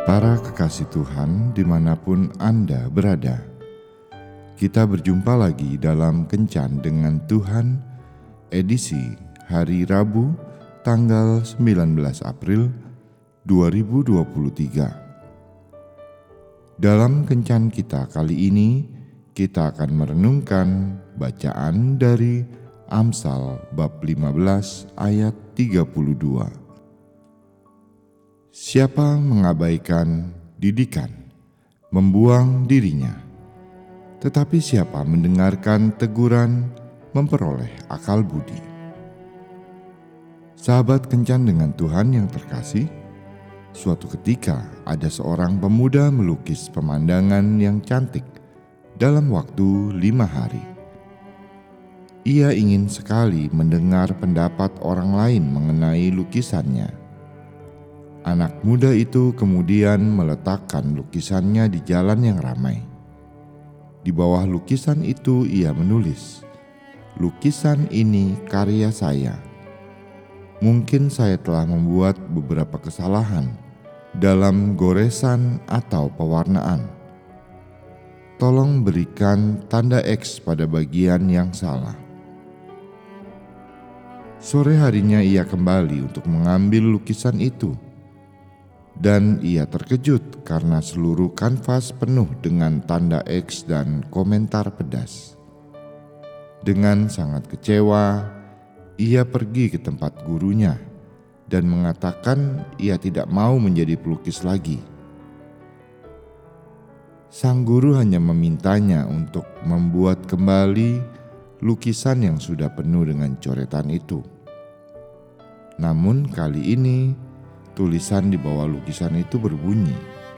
Para kekasih Tuhan dimanapun Anda berada, kita berjumpa lagi dalam Kencan dengan Tuhan, edisi hari Rabu tanggal 19 April 2023. Dalam Kencan kita kali ini, kita akan merenungkan bacaan dari Amsal bab 15 ayat 32. Siapa mengabaikan didikan, membuang dirinya, tetapi siapa mendengarkan teguran, memperoleh akal budi. Sahabat Kencan dengan Tuhan yang terkasih, suatu ketika ada seorang pemuda melukis pemandangan yang cantik dalam waktu 5 hari. Ia ingin sekali mendengar pendapat orang lain mengenai lukisannya. Anak muda itu kemudian meletakkan lukisannya di jalan yang ramai. Di bawah lukisan itu ia menulis, "Lukisan ini karya saya. Mungkin saya telah membuat beberapa kesalahan dalam goresan atau pewarnaan. Tolong berikan tanda X pada bagian yang salah." Sore harinya ia kembali untuk mengambil lukisan itu. Dan ia terkejut karena seluruh kanvas penuh dengan tanda X dan komentar pedas. Dengan sangat kecewa, ia pergi ke tempat gurunya dan mengatakan ia tidak mau menjadi pelukis lagi. Sang guru hanya memintanya untuk membuat kembali lukisan yang sudah penuh dengan coretan itu. Namun kali ini, tulisan di bawah lukisan itu berbunyi,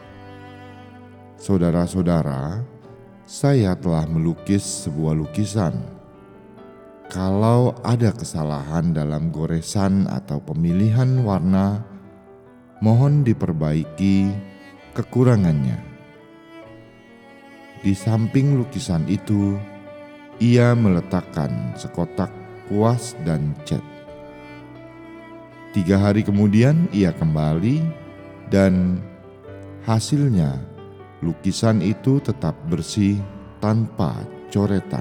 "Saudara-saudara, saya telah melukis sebuah lukisan. Kalau ada kesalahan dalam goresan atau pemilihan warna, mohon diperbaiki kekurangannya." Di samping lukisan itu, ia meletakkan sekotak kuas dan cat. 3 hari kemudian ia kembali dan hasilnya lukisan itu tetap bersih tanpa coretan.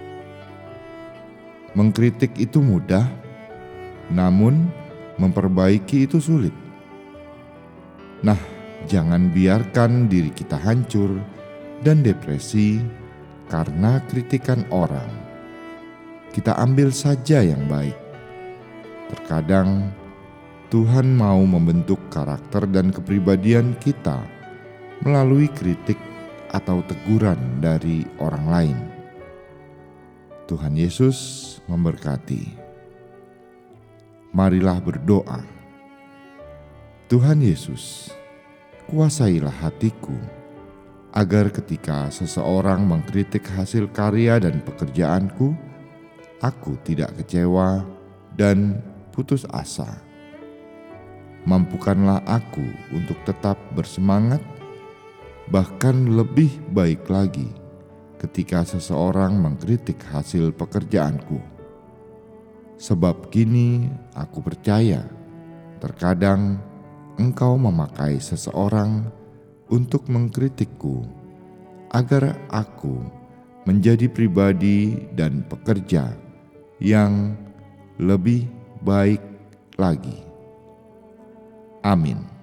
Mengkritik itu mudah, namun memperbaiki itu sulit. Nah, jangan biarkan diri kita hancur dan depresi karena kritikan orang. Kita ambil saja yang baik. Terkadang Tuhan mau membentuk karakter dan kepribadian kita melalui kritik atau teguran dari orang lain. Tuhan Yesus memberkati. Marilah berdoa. Tuhan Yesus, kuasailah hatiku, agar ketika seseorang mengkritik hasil karya dan pekerjaanku, aku tidak kecewa dan putus asa. Mampukanlah aku untuk tetap bersemangat, bahkan lebih baik lagi ketika seseorang mengkritik hasil pekerjaanku. Sebab kini aku percaya, terkadang Engkau memakai seseorang untuk mengkritikku, agar aku menjadi pribadi dan pekerja yang lebih baik lagi. Amin.